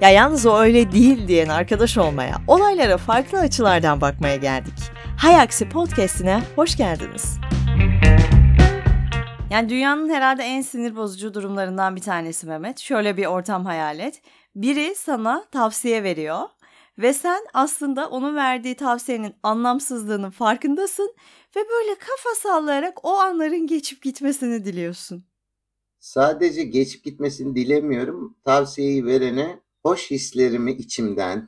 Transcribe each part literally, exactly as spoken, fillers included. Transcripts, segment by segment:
Ya yalnız o öyle değil diyen arkadaş olmaya, olaylara farklı açılardan bakmaya geldik. Hay Aksi Podcast'ine hoş geldiniz. Yani dünyanın herhalde en sinir bozucu durumlarından bir tanesi Mehmet. Şöyle bir ortam hayal et. Biri sana tavsiye veriyor ve sen aslında onun verdiği tavsiyenin anlamsızlığının farkındasın ve böyle kafa sallayarak o anların geçip gitmesini diliyorsun. Sadece geçip gitmesini dilemiyorum. Tavsiyeyi verene hoş hislerimi içimden,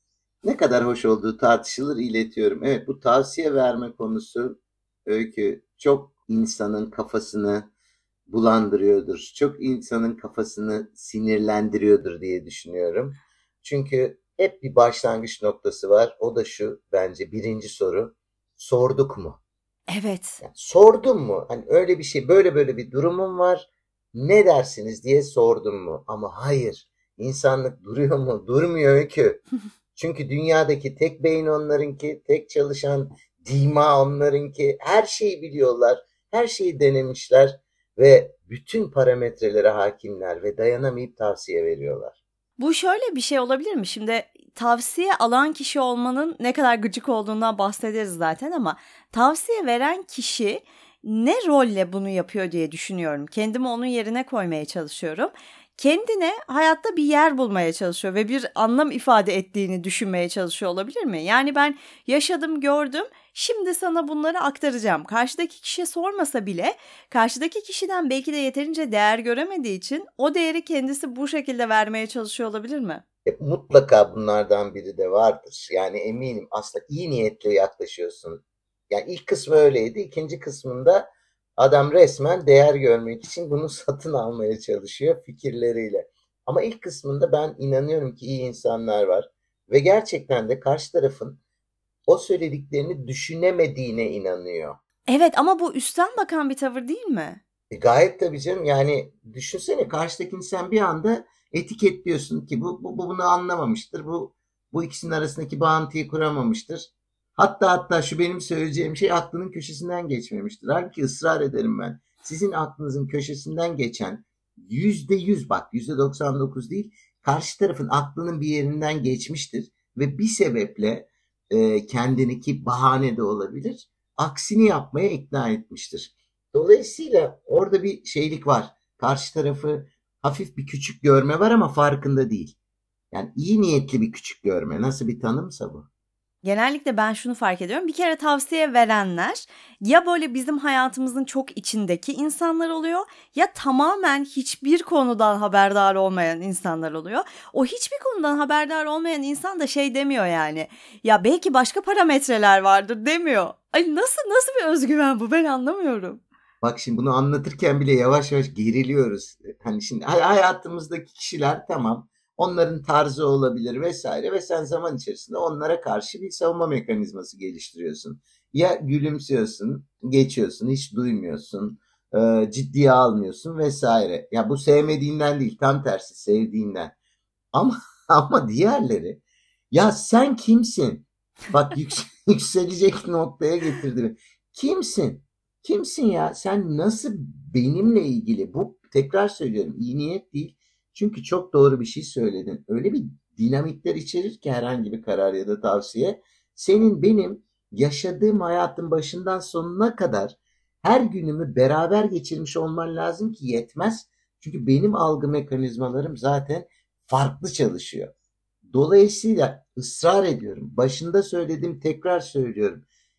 ne kadar hoş olduğu tartışılır, iletiyorum. Evet, bu tavsiye verme konusu Öykü çok insanın kafasını bulandırıyordur. Çok insanın kafasını sinirlendiriyordur diye düşünüyorum. Çünkü hep bir başlangıç noktası var. O da şu, bence birinci soru. Sorduk mu? Evet. Yani sordum mu? Hani öyle bir şey, böyle böyle bir durumum var. Ne dersiniz diye sordum mu? Ama hayır. İnsanlık duruyor mu? Durmuyor Öykü. Çünkü dünyadaki tek beyin onlarınki, tek çalışan dima onlarınki. Her şeyi biliyorlar, her şeyi denemişler ve bütün parametrelere hakimler ve dayanamayıp tavsiye veriyorlar. Bu şöyle bir şey olabilir mi? Şimdi tavsiye alan kişi olmanın ne kadar gıcık olduğundan bahsederiz zaten ama tavsiye veren kişi ne rolle bunu yapıyor diye düşünüyorum. Kendimi onun yerine koymaya çalışıyorum. Kendine hayatta bir yer bulmaya çalışıyor ve bir anlam ifade ettiğini düşünmeye çalışıyor olabilir mi? Yani ben yaşadım, gördüm, şimdi sana bunları aktaracağım. Karşıdaki kişiye sormasa bile karşıdaki kişiden belki de yeterince değer göremediği için o değeri kendisi bu şekilde vermeye çalışıyor olabilir mi? E, mutlaka bunlardan biri de vardır. Yani eminim, aslında iyi niyetle yaklaşıyorsun. Yani ilk kısmı öyleydi. İkinci kısmında adam resmen değer görmek için bunu satın almaya çalışıyor fikirleriyle. Ama ilk kısmında ben inanıyorum ki iyi insanlar var. Ve gerçekten de karşı tarafın o söylediklerini düşünemediğine inanıyor. Evet ama bu üstten bakan bir tavır değil mi? E, gayet tabii canım. Yani düşünsene, karşıdakini sen bir anda etiketliyorsun ki bu, bu, bu bunu anlamamıştır. Bu bu ikisinin arasındaki bağıntıyı kuramamıştır. Hatta hatta şu benim söyleyeceğim şey aklının köşesinden geçmemiştir. Halbuki ısrar ederim ben. Sizin aklınızın köşesinden geçen yüzde yüz, bak yüzde doksan dokuz değil, karşı tarafın aklının bir yerinden geçmiştir ve bir sebeple e, kendini, ki bahane de olabilir, aksini yapmaya ikna etmiştir. Dolayısıyla orada bir şeylik var. Karşı tarafı hafif bir küçük görme var ama farkında değil. Yani iyi niyetli bir küçük görme. Nasıl bir tanımsa bu. Genellikle ben şunu fark ediyorum. Bir kere tavsiye verenler ya böyle bizim hayatımızın çok içindeki insanlar oluyor ya tamamen hiçbir konudan haberdar olmayan insanlar oluyor. O hiçbir konudan haberdar olmayan insan da şey demiyor yani. Ya belki başka parametreler vardır demiyor. Ay nasıl nasıl bir özgüven bu, ben anlamıyorum. Bak şimdi bunu anlatırken bile yavaş yavaş geriliyoruz. Hani şimdi hayatımızdaki kişiler, tamam, onların tarzı olabilir vesaire ve sen zaman içerisinde onlara karşı bir savunma mekanizması geliştiriyorsun. Ya gülümsüyorsun, geçiyorsun, hiç duymuyorsun, e, ciddiye almıyorsun vesaire. Ya bu sevmediğinden değil, tam tersi sevdiğinden. Ama ama diğerleri, ya sen kimsin? Bak yüksel, yükselecek noktaya getirdi beni. Kimsin? Kimsin ya? Sen nasıl benimle ilgili? Bu, tekrar söylüyorum, iyi niyet değil. Çünkü çok doğru bir şey söyledin. Öyle bir dinamikler içerir ki herhangi bir karar ya da tavsiye. Senin benim yaşadığım hayatın başından sonuna kadar her günümü beraber geçirmiş olman lazım ki yetmez. Çünkü benim algı mekanizmalarım zaten farklı çalışıyor. Dolayısıyla ısrar ediyorum. Başında söyledim, tekrar söylüyorum.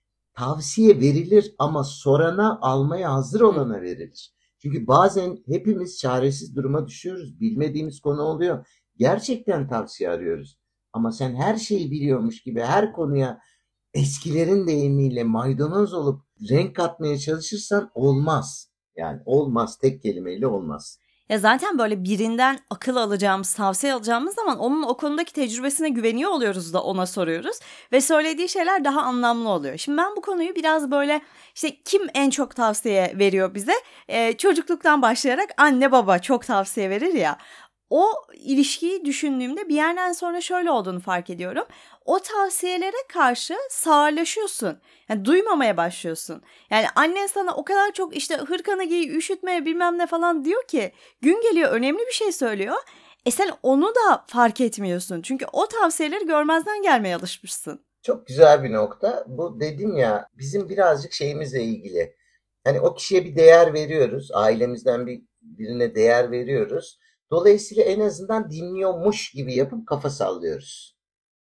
Tavsiye verilir ama sorana, almaya hazır olana verilir. Çünkü bazen hepimiz çaresiz duruma düşüyoruz. Bilmediğimiz konu oluyor. Gerçekten tavsiye arıyoruz. Ama sen her şeyi biliyormuş gibi her konuya eskilerin deyimiyle maydanoz olup renk katmaya çalışırsan olmaz. Yani olmaz, tek kelimeyle olmaz. Ya zaten böyle birinden akıl alacağımız, tavsiye alacağımız zaman onun o konudaki tecrübesine güveniyor oluyoruz da ona soruyoruz. Ve söylediği şeyler daha anlamlı oluyor. Şimdi ben bu konuyu biraz böyle işte kim en çok tavsiye veriyor bize? Ee, çocukluktan başlayarak anne baba çok tavsiye verir ya. O ilişkiyi düşündüğümde bir yerden sonra şöyle olduğunu fark ediyorum. O tavsiyelere karşı sağırlaşıyorsun. Yani duymamaya başlıyorsun. Yani annen sana o kadar çok işte hırkanı giy, üşütme bilmem ne falan diyor ki gün geliyor önemli bir şey söylüyor. E sen onu da fark etmiyorsun. Çünkü o tavsiyeleri görmezden gelmeye alışmışsın. Çok güzel bir nokta. Bu dedim ya, bizim birazcık şeyimizle ilgili. Hani o kişiye bir değer veriyoruz. Ailemizden bir birine değer veriyoruz. Dolayısıyla en azından dinliyormuş gibi yapıp kafa sallıyoruz.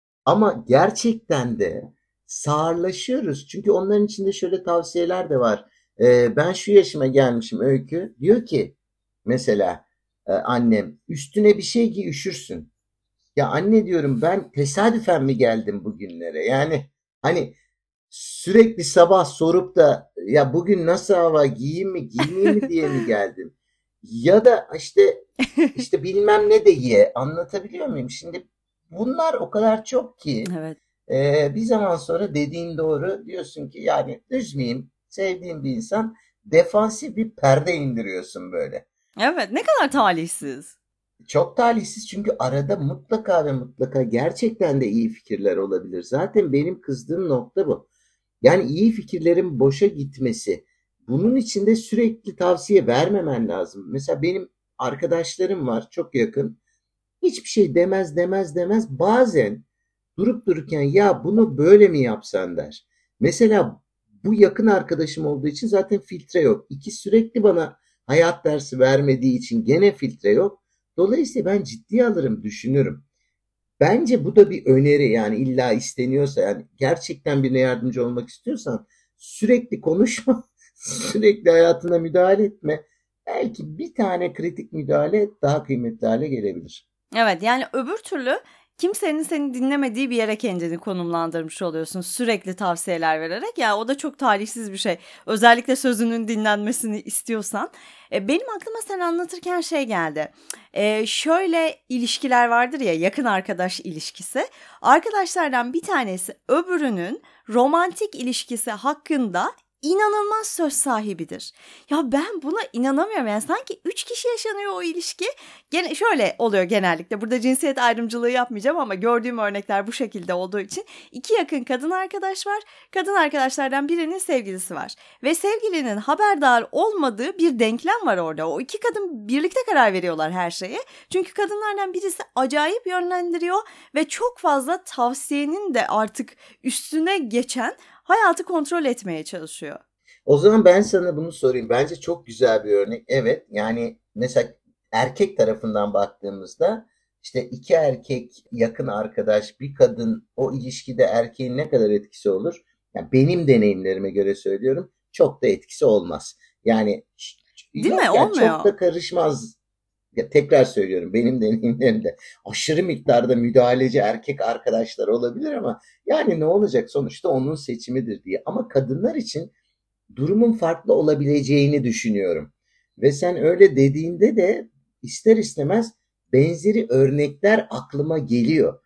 Ama gerçekten de sağırlaşıyoruz. Çünkü onların içinde şöyle tavsiyeler de var. Ee, ben şu yaşıma gelmişim Öykü. Diyor ki mesela e, annem, üstüne bir şey giy üşürsün. Ya anne diyorum, ben tesadüfen mi geldim bugünlere? Yani hani sürekli sabah sorup da ya bugün nasıl hava, giyeyim mi giymeyeyim mi diye mi geldim? Ya da işte işte bilmem ne de ye, anlatabiliyor muyum? Şimdi bunlar o kadar çok ki Evet. e, bir zaman sonra dediğin doğru, diyorsun ki yani üzmeyeyim, sevdiğim bir insan, defansif bir perde indiriyorsun böyle. Evet, ne kadar talihsiz. Çok talihsiz, çünkü arada mutlaka ve mutlaka gerçekten de iyi fikirler olabilir. Zaten benim kızdığım nokta bu. Yani iyi fikirlerin boşa gitmesi. Bunun için de sürekli tavsiye vermemen lazım. Mesela benim arkadaşlarım var çok yakın. Hiçbir şey demez demez demez. Bazen durup dururken ya bunu böyle mi yapsan der. Mesela bu yakın arkadaşım olduğu için zaten filtre yok. İki, sürekli bana hayat dersi vermediği için gene filtre yok. Dolayısıyla ben ciddiye alırım, düşünürüm. Bence bu da bir öneri, yani illa isteniyorsa, yani gerçekten birine yardımcı olmak istiyorsan sürekli konuşma, sürekli hayatına müdahale etme. Belki bir tane kritik müdahale daha kıymetli hale gelebilir. Evet, yani öbür türlü kimsenin seni dinlemediği bir yere kendini konumlandırmış oluyorsun sürekli tavsiyeler vererek. Ya o da çok talihsiz bir şey. Özellikle sözünün dinlenmesini istiyorsan. E, benim aklıma sen anlatırken şey geldi. E, şöyle ilişkiler vardır ya, yakın arkadaş ilişkisi. Arkadaşlardan bir tanesi öbürünün romantik ilişkisi hakkında inanılmaz söz sahibidir. Ya ben buna inanamıyorum. Yani sanki üç kişi yaşanıyor o ilişki. Gene şöyle oluyor genellikle. Burada cinsiyet ayrımcılığı yapmayacağım ama gördüğüm örnekler bu şekilde olduğu için iki yakın kadın arkadaş var. Kadın arkadaşlardan birinin sevgilisi var ve sevgilinin haberdar olmadığı bir denklem var orada. O iki kadın birlikte karar veriyorlar her şeye. Çünkü kadınlardan birisi acayip yönlendiriyor ve çok fazla tavsiyenin de artık üstüne geçen hayatı kontrol etmeye çalışıyor. O zaman ben sana bunu sorayım. Bence çok güzel bir örnek. Evet, yani mesela erkek tarafından baktığımızda işte iki erkek yakın arkadaş, bir kadın, o ilişkide erkeğin ne kadar etkisi olur? Yani benim deneyimlerime göre söylüyorum, çok da etkisi olmaz. Yani Değil mi? yok yani, çok Olmuyor. da karışmaz. Ya tekrar söylüyorum, benim deneyimlerimde aşırı miktarda müdahaleci erkek arkadaşlar olabilir ama yani ne olacak, sonuçta onun seçimidir diye. Ama kadınlar için durumun farklı olabileceğini düşünüyorum. Ve sen öyle dediğinde de ister istemez benzeri örnekler aklıma geliyor.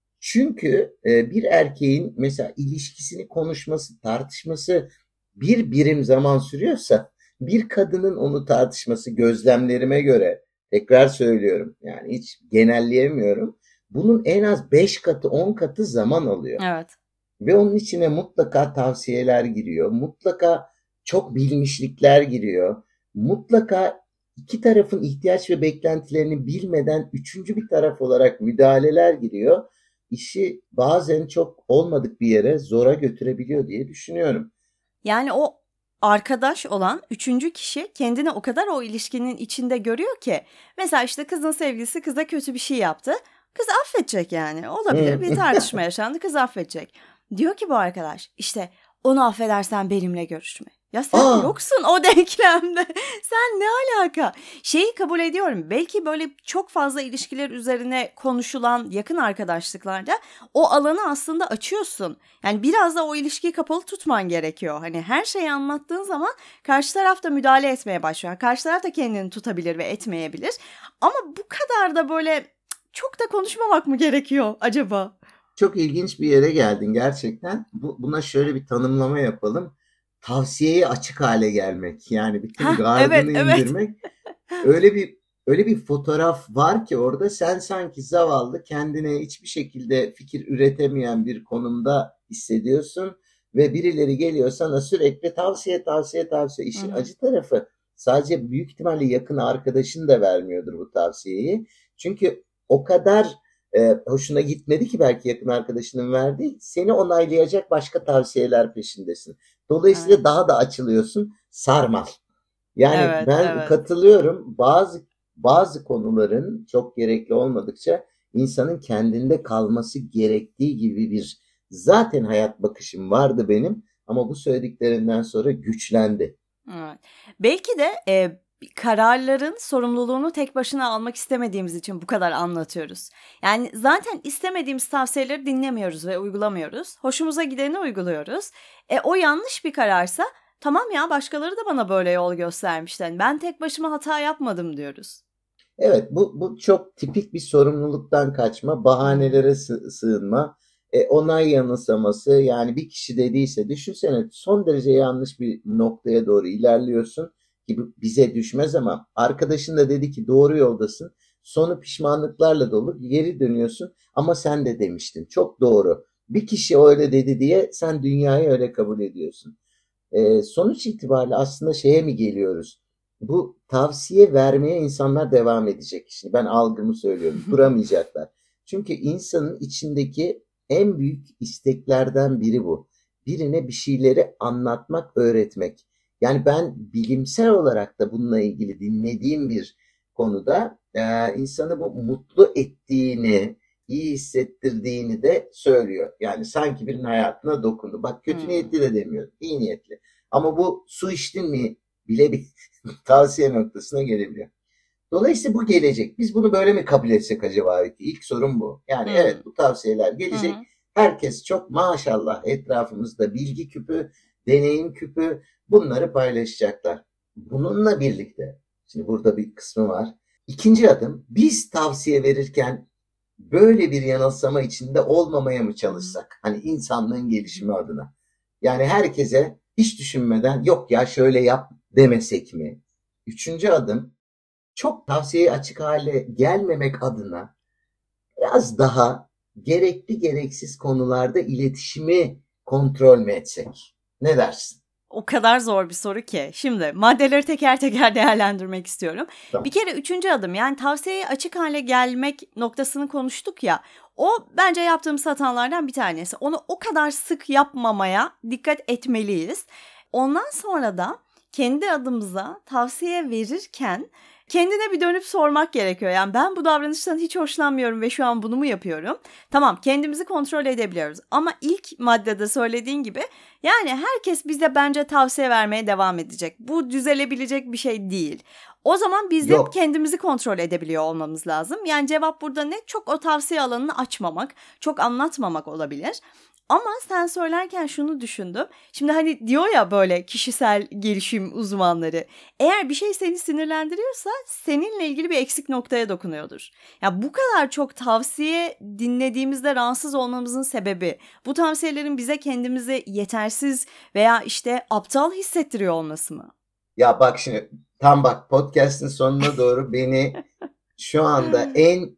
Çünkü e, bir erkeğin mesela ilişkisini konuşması, tartışması bir birim zaman sürüyorsa, bir kadının onu tartışması, gözlemlerime göre, tekrar söylüyorum yani hiç genelleyemiyorum, bunun en az beş katı, on katı zaman alıyor. Evet. Ve onun içine mutlaka tavsiyeler giriyor. Mutlaka çok bilmişlikler giriyor. Mutlaka iki tarafın ihtiyaç ve beklentilerini bilmeden üçüncü bir taraf olarak müdahaleler giriyor. İşi bazen çok olmadık bir yere, zora götürebiliyor diye düşünüyorum. Yani o arkadaş olan üçüncü kişi kendini o kadar o ilişkinin içinde görüyor ki. Mesela işte kızın sevgilisi kıza kötü bir şey yaptı. Kız affedecek yani. Olabilir, bir tartışma yaşandı, kız affedecek. Diyor ki bu arkadaş işte onu affedersen benimle görüşme. Ya sen Aa, yoksun o denklemde. Sen ne alaka? Şeyi kabul ediyorum. Belki böyle çok fazla ilişkiler üzerine konuşulan yakın arkadaşlıklarda o alanı aslında açıyorsun. Yani biraz da o ilişkiyi kapalı tutman gerekiyor. Hani her şeyi anlattığın zaman karşı taraf da müdahale etmeye başlıyor. Karşı taraf da kendini tutabilir ve etmeyebilir. Ama bu kadar da böyle çok da konuşmamak mı gerekiyor acaba? çok ilginç bir yere geldin gerçekten. Bu, buna şöyle bir tanımlama yapalım. Tavsiyeye açık hale gelmek. Yani bütün Hah, evet, gardını evet. indirmek. Öyle bir öyle bir fotoğraf var ki orada, sen sanki zavallı, kendine hiçbir şekilde fikir üretemeyen bir konumda hissediyorsun ve birileri geliyor sana sürekli tavsiye tavsiye tavsiye. Hı İşin hı. acı tarafı, sadece büyük ihtimalle yakın arkadaşın da vermiyordur bu tavsiyeyi. Çünkü o kadar e, hoşuna gitmedi ki belki yakın arkadaşının verdiği, seni onaylayacak başka tavsiyeler peşindesin. Dolayısıyla Evet. daha da açılıyorsun, sarmal. Yani Evet, ben evet. katılıyorum, bazı bazı konuların çok gerekli olmadıkça insanın kendinde kalması gerektiği gibi bir zaten hayat bakışım vardı benim, ama bu söylediklerinden sonra güçlendi. Evet. Belki de e, kararların sorumluluğunu tek başına almak istemediğimiz için bu kadar anlatıyoruz. Yani zaten istemediğimiz tavsiyeleri dinlemiyoruz ve uygulamıyoruz. Hoşumuza gideni uyguluyoruz. E, o yanlış bir kararsa tamam ya, başkaları da bana böyle yol göstermişler. Yani ben tek başıma hata yapmadım diyoruz. Evet, bu bu çok tipik bir sorumluluktan kaçma, bahanelere Hmm. sı- sığınma, e, onay yanılsaması. Yani bir kişi dediyse, düşünsene, son derece yanlış bir noktaya doğru ilerliyorsun ki bu bize düşmez, ama arkadaşın da dedi ki doğru yoldasın. Sonu pişmanlıklarla dolu, geri dönüyorsun ama sen de demiştin. Çok doğru. Bir kişi öyle dedi diye sen dünyayı öyle kabul ediyorsun. E, sonuç itibariyle aslında şeye mi geliyoruz? Bu tavsiye vermeye insanlar devam edecek. Şimdi ben algımı söylüyorum. Duramayacaklar. Çünkü insanın içindeki en büyük isteklerden biri bu. Birine bir şeyleri anlatmak, öğretmek. Yani ben bilimsel olarak da bununla ilgili dinlediğim bir konuda e, insanı bu mutlu ettiğini, iyi hissettirdiğini de söylüyor. Yani sanki birinin hayatına dokundu. Bak, kötü Hmm. niyetli de demiyorum, iyi niyetli. Ama bu su içtin mi bile bir tavsiye noktasına gelebiliyor. Dolayısıyla bu gelecek. Biz bunu böyle mi kabul etsek acaba? İlk sorun bu. Yani Hmm. evet, bu tavsiyeler Hı gelecek. hı. Herkes çok maşallah etrafımızda bilgi küpü, deneyim küpü, bunları paylaşacaklar. Bununla birlikte, şimdi burada bir kısmı var. İkinci adım, biz tavsiye verirken böyle bir yanılsama içinde olmamaya mı Hı hı. çalışsak? Hani insanlığın gelişimi adına. Yani herkese hiç düşünmeden yok ya şöyle yap demesek mi? Üçüncü adım, çok tavsiyeye açık hale gelmemek adına biraz daha gerekli gereksiz konularda iletişimi kontrol mü etsek? Ne dersin? O kadar zor bir soru ki. Şimdi maddeleri teker teker değerlendirmek istiyorum. Bir Tamam. kere üçüncü adım, yani tavsiyeye açık hale gelmek noktasını konuştuk ya. O bence yaptığımız hatalardan bir tanesi. Onu o kadar sık yapmamaya dikkat etmeliyiz. Ondan sonra da kendi adımıza tavsiye verirken kendine bir dönüp sormak gerekiyor. Yani ben bu davranıştan hiç hoşlanmıyorum ve şu an bunu mu yapıyorum? Tamam, kendimizi kontrol edebiliyoruz. Ama ilk maddede söylediğin gibi, yani herkes bize bence tavsiye vermeye devam edecek. Bu düzelebilecek bir şey değil. O zaman bizim Yok. kendimizi kontrol edebiliyor olmamız lazım. Yani cevap burada ne? Çok o tavsiye alanını açmamak, çok anlatmamak olabilir. Ama sen söylerken şunu düşündüm. Şimdi hani diyor ya böyle kişisel gelişim uzmanları. Eğer bir şey seni sinirlendiriyorsa seninle ilgili bir eksik noktaya dokunuyordur. Ya bu kadar çok tavsiye dinlediğimizde rahatsız olmamızın sebebi bu tavsiyelerin bize kendimizi yetersiz veya işte aptal hissettiriyor olması mı? Ya bak şimdi, tam bak, podcast'in sonuna doğru beni şu anda en,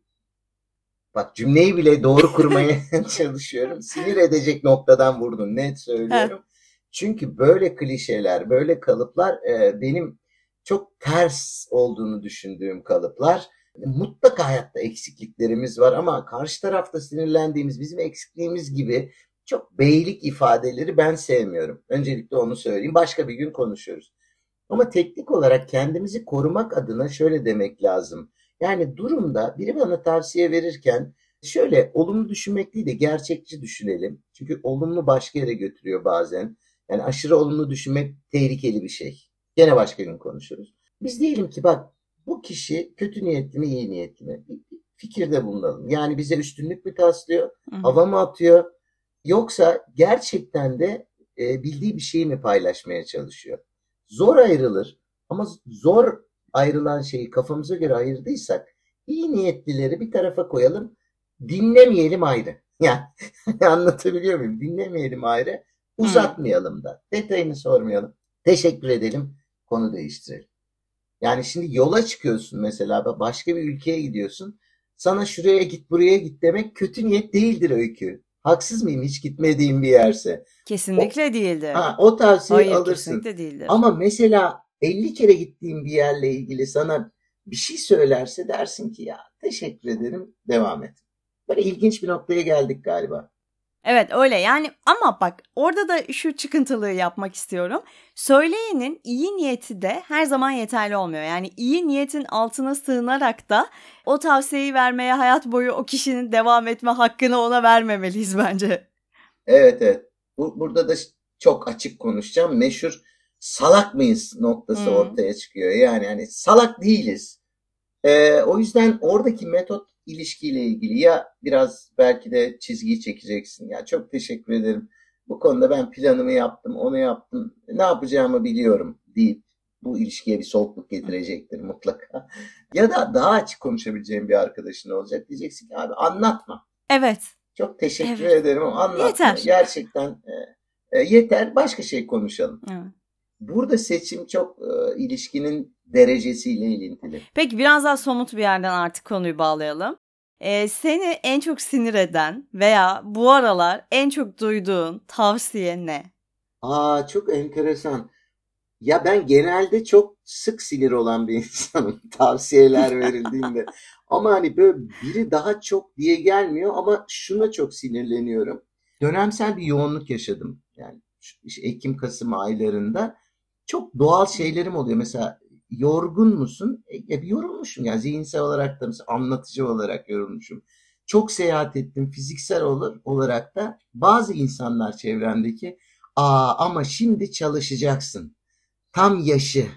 bak, cümleyi bile doğru kurmaya çalışıyorum, sinir edecek noktadan vurdun, net Heh. söylüyorum. Çünkü böyle klişeler, böyle kalıplar e, benim çok ters olduğunu düşündüğüm kalıplar. Mutlaka hayatta eksikliklerimiz var ama karşı tarafta sinirlendiğimiz, bizim eksikliğimiz gibi çok beylik ifadeleri ben sevmiyorum. Öncelikle onu söyleyeyim. Başka bir gün konuşuyoruz. Ama teknik olarak kendimizi korumak adına şöyle demek lazım. Yani durumda biri bana tavsiye verirken şöyle olumlu düşünmek değil de gerçekçi düşünelim. Çünkü olumlu başka yere götürüyor bazen. Yani aşırı olumlu düşünmek tehlikeli bir şey. Gene başka gün konuşuruz. Biz diyelim ki bak, bu kişi kötü niyetli mi iyi niyetli mi? Bir fikirde bulunalım. Yani bize üstünlük mü taslıyor? Hı hı. Hava mı atıyor? Yoksa gerçekten de e, bildiği bir şeyi mi paylaşmaya çalışıyor? Zor ayrılır, ama zor ayrılan şeyi kafamıza göre ayırdıysak iyi niyetlileri bir tarafa koyalım, dinlemeyelim ayrı. Yani anlatabiliyor muyum? Dinlemeyelim ayrı, Hı. uzatmayalım da, detayını sormayalım, teşekkür edelim, konu değiştirelim. Yani şimdi yola çıkıyorsun mesela, başka bir ülkeye gidiyorsun, sana şuraya git buraya git demek kötü niyet değildir Öykü. Haksız mıyım, hiç gitmediğim bir yerse? O, Kesinlikle değildir. ha, o tavsiyeyi Hayır, alırsın. kesinlikle değildir. Ama mesela elli kere gittiğim bir yerle ilgili sana bir şey söylerse dersin ki ya teşekkür ederim, devam et. Böyle ilginç bir noktaya geldik galiba. Evet öyle yani, ama bak orada da şu çıkıntılığı yapmak istiyorum. Söyleyenin iyi niyeti de her zaman yeterli olmuyor. Yani iyi niyetin altına sığınarak da o tavsiyeyi vermeye hayat boyu o kişinin devam etme hakkını ona vermemeliyiz bence. Evet evet. Bu, burada da çok açık konuşacağım. Meşhur salak mıyız noktası Hmm. ortaya çıkıyor. Yani hani salak değiliz. Ee, o yüzden oradaki metot ilişkiyle ilgili. Ya biraz belki de çizgiyi çekeceksin. Ya çok teşekkür ederim. Bu konuda ben planımı yaptım, onu yaptım. Ne yapacağımı biliyorum deyip bu ilişkiye bir soğukluk getirecektir mutlaka. Ya da daha açık konuşabileceğin bir arkadaşın olacak. Diyeceksin ki abi anlatma. Evet. Çok teşekkür Evet. ederim ama anlatma. Yeter. Gerçekten e, e, yeter. Başka şey konuşalım. Evet. Burada seçim çok e, ilişkinin derecesiyle ilintili. Peki biraz daha somut bir yerden artık konuyu bağlayalım. Ee, seni en çok sinir eden veya bu aralar en çok duyduğun tavsiye ne? Aa çok enteresan. Ya ben genelde çok sık sinir olan bir insanım tavsiyeler verildiğinde. Ama hani böyle biri daha çok diye gelmiyor ama şuna çok sinirleniyorum. Dönemsel bir yoğunluk yaşadım. Yani işte Ekim-Kasım aylarında çok doğal şeylerim oluyor. Mesela yorgun musun? E, bir yorulmuşum. Yani zihinsel olarak da mesela anlatıcı olarak yorulmuşum. Çok seyahat ettim. Fiziksel olur, olarak da bazı insanlar çevremdeki aa ama şimdi çalışacaksın. Tam yaşı.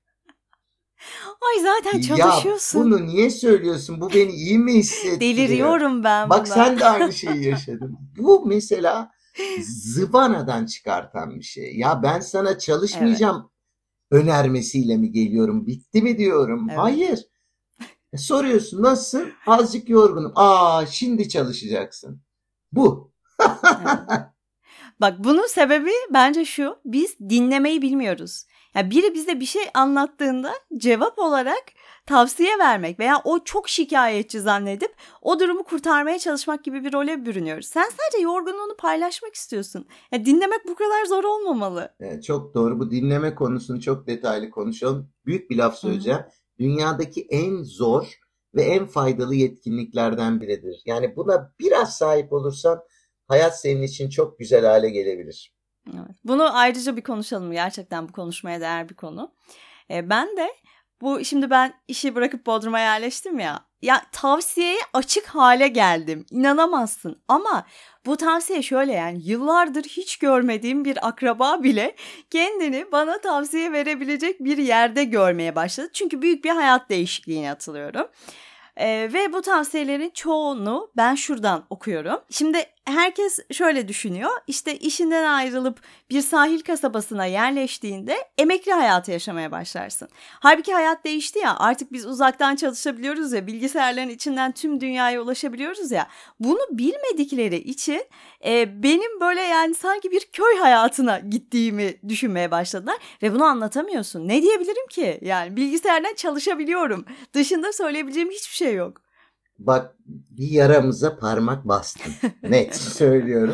Ay zaten Ya çalışıyorsun. bunu niye söylüyorsun? Bu beni iyi mi hissettiriyor? Deliriyorum ben Bak buna. sen de aynı şeyi yaşadın. Bu mesela zıvanadan çıkartan bir şey. Ya ben sana Evet. çalışmayacağım önermesiyle mi geliyorum? Bitti mi diyorum? Evet. Hayır. E, Soruyorsun nasılsın? Azıcık yorgunum. Aa şimdi çalışacaksın. Bu. Evet. Bak bunun sebebi bence şu: biz dinlemeyi bilmiyoruz. Yani biri bize bir şey anlattığında cevap olarak tavsiye vermek veya o çok şikayetçi zannedip o durumu kurtarmaya çalışmak gibi bir role bürünüyoruz. Sen sadece yorgunluğunu paylaşmak istiyorsun. Ya dinlemek bu kadar zor olmamalı. Evet, çok doğru. Bu dinleme konusunu çok detaylı konuşalım. Büyük bir laf Hı hı. söyleyeceğim. Dünyadaki en zor ve en faydalı yetkinliklerden biridir. Yani buna biraz sahip olursan hayat senin için çok güzel hale gelebilir. Evet. Bunu ayrıca bir konuşalım. Gerçekten bu konuşmaya değer bir konu. E, ben de bu şimdi ben işi bırakıp Bodrum'a yerleştim ya. Ya tavsiyeye açık hale geldim. İnanamazsın. Ama bu tavsiye şöyle, yani yıllardır hiç görmediğim bir akraba bile kendini bana tavsiye verebilecek bir yerde görmeye başladı. Çünkü büyük bir hayat değişikliğine atılıyorum. Ee, ve bu tavsiyelerin çoğunu ben şuradan okuyorum. Şimdi herkes şöyle düşünüyor. İşte işinden ayrılıp bir sahil kasabasına yerleştiğinde emekli hayatı yaşamaya başlarsın. Halbuki hayat değişti ya, artık biz uzaktan çalışabiliyoruz ya, bilgisayarların içinden tüm dünyaya ulaşabiliyoruz ya. Bunu bilmedikleri için e, benim böyle yani sanki bir köy hayatına gittiğimi düşünmeye başladılar. Ve bunu anlatamıyorsun. Ne diyebilirim ki? Yani bilgisayardan çalışabiliyorum. Dışında söyleyebileceğim hiçbir şey yok. Bak bir yaramıza parmak bastın. Net söylüyorum.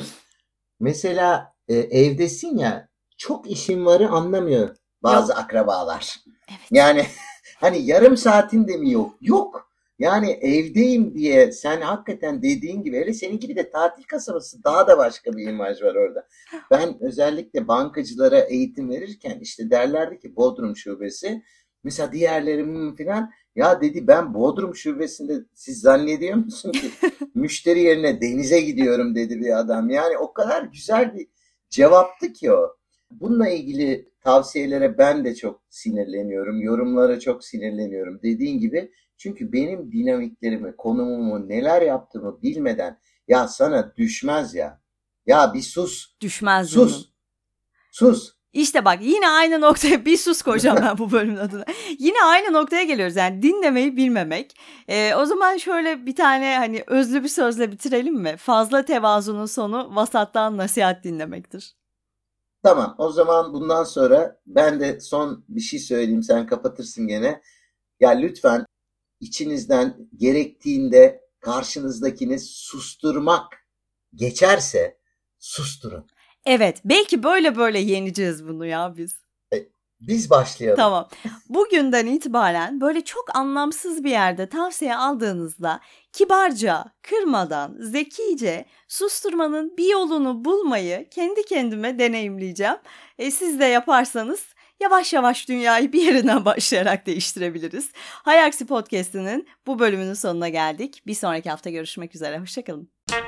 Mesela e, evdesin ya çok işin varı anlamıyor bazı Yok. akrabalar. Evet. Yani hani yarım saatin de mi yok? Yok. Yani evdeyim diye sen hakikaten dediğin gibi, hele senin gibi de tatil kasabası, daha da başka bir imaj var orada. Ben özellikle bankacılara eğitim verirken işte derlerdi ki Bodrum şubesi, mesela diğerlerim falan, ya dedi ben Bodrum şubesinde, siz zannediyor musun ki müşteri yerine denize gidiyorum dedi bir adam. Yani o kadar güzel bir cevaptı ki o. Bununla ilgili tavsiyelere ben de çok sinirleniyorum. Yorumlara çok sinirleniyorum. Dediğin gibi, çünkü benim dinamiklerimi, konumumu, neler yaptığımı bilmeden ya sana düşmez ya. Ya bir sus. Düşmez Sus. canım. Sus. İşte bak yine aynı noktaya bir sus koyacağım ben bu bölümün adına. Yine aynı noktaya geliyoruz, yani dinlemeyi bilmemek. Ee, o zaman şöyle bir tane hani özlü bir sözle bitirelim mi? Fazla tevazunun sonu vasattan nasihat dinlemektir. Tamam, o zaman bundan sonra ben de son bir şey söyleyeyim, sen kapatırsın gene. Ya lütfen içinizden gerektiğinde karşınızdakini susturmak geçerse susturun. Evet, belki böyle böyle yeneceğiz bunu ya biz. E, Biz başlayalım. Tamam. Bugünden itibaren böyle çok anlamsız bir yerde tavsiye aldığınızda kibarca, kırmadan, zekice susturmanın bir yolunu bulmayı kendi kendime deneyimleyeceğim. E, siz de yaparsanız yavaş yavaş dünyayı bir yerinden başlayarak değiştirebiliriz. Hay Aksi Podcast'inin bu bölümünün sonuna geldik. Bir sonraki hafta görüşmek üzere. Hoşçakalın.